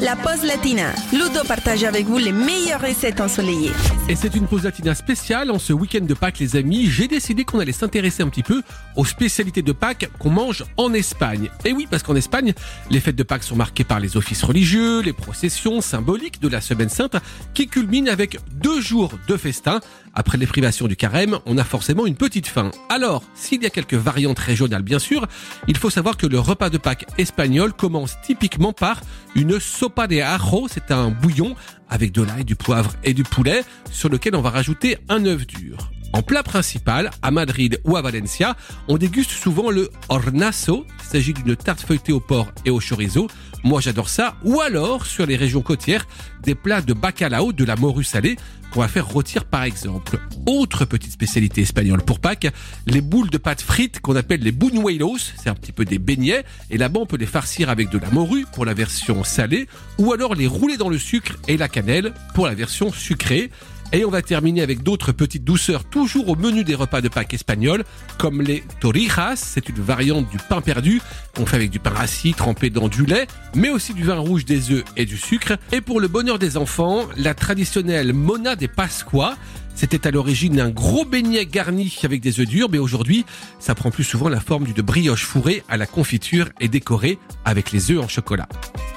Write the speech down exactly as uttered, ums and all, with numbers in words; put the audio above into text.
La pause latina. Ludo partage avec vous les meilleures recettes ensoleillées. Et c'est une pause latina spéciale. En ce week-end de Pâques, les amis, j'ai décidé qu'on allait s'intéresser un petit peu aux spécialités de Pâques qu'on mange en Espagne. Et oui, parce qu'en Espagne, les fêtes de Pâques sont marquées par les offices religieux, les processions symboliques de la Semaine Sainte, qui culminent avec deux jours de festin. Après les privations du carême, on a forcément une petite faim. Alors, s'il y a quelques variantes régionales bien sûr, il faut savoir que le repas de Pâques espagnol commence typiquement par une sopa de ajo, c'est un bouillon avec de l'ail, du poivre et du poulet, sur lequel on va rajouter un œuf dur. En plat principal, à Madrid ou à Valencia, on déguste souvent le hornazo. Il s'agit d'une tarte feuilletée au porc et au chorizo. Moi, j'adore ça. Ou alors, sur les régions côtières, des plats de bacalao, de la morue salée, qu'on va faire rôtir par exemple. Autre petite spécialité espagnole pour Pâques, les boules de pâte frites qu'on appelle les buñuelos. C'est un petit peu des beignets. Et là-bas, on peut les farcir avec de la morue pour la version salée. Ou alors les rouler dans le sucre et la cannelle pour la version sucrée. Et on va terminer avec d'autres petites douceurs, toujours au menu des repas de Pâques espagnols, comme les torrijas, c'est une variante du pain perdu, qu'on fait avec du pain rassis trempé dans du lait, mais aussi du vin rouge, des œufs et du sucre. Et pour le bonheur des enfants, la traditionnelle mona de Pascua, c'était à l'origine un gros beignet garni avec des œufs durs, mais aujourd'hui, ça prend plus souvent la forme d'une brioche fourrée à la confiture et décorée avec les œufs en chocolat.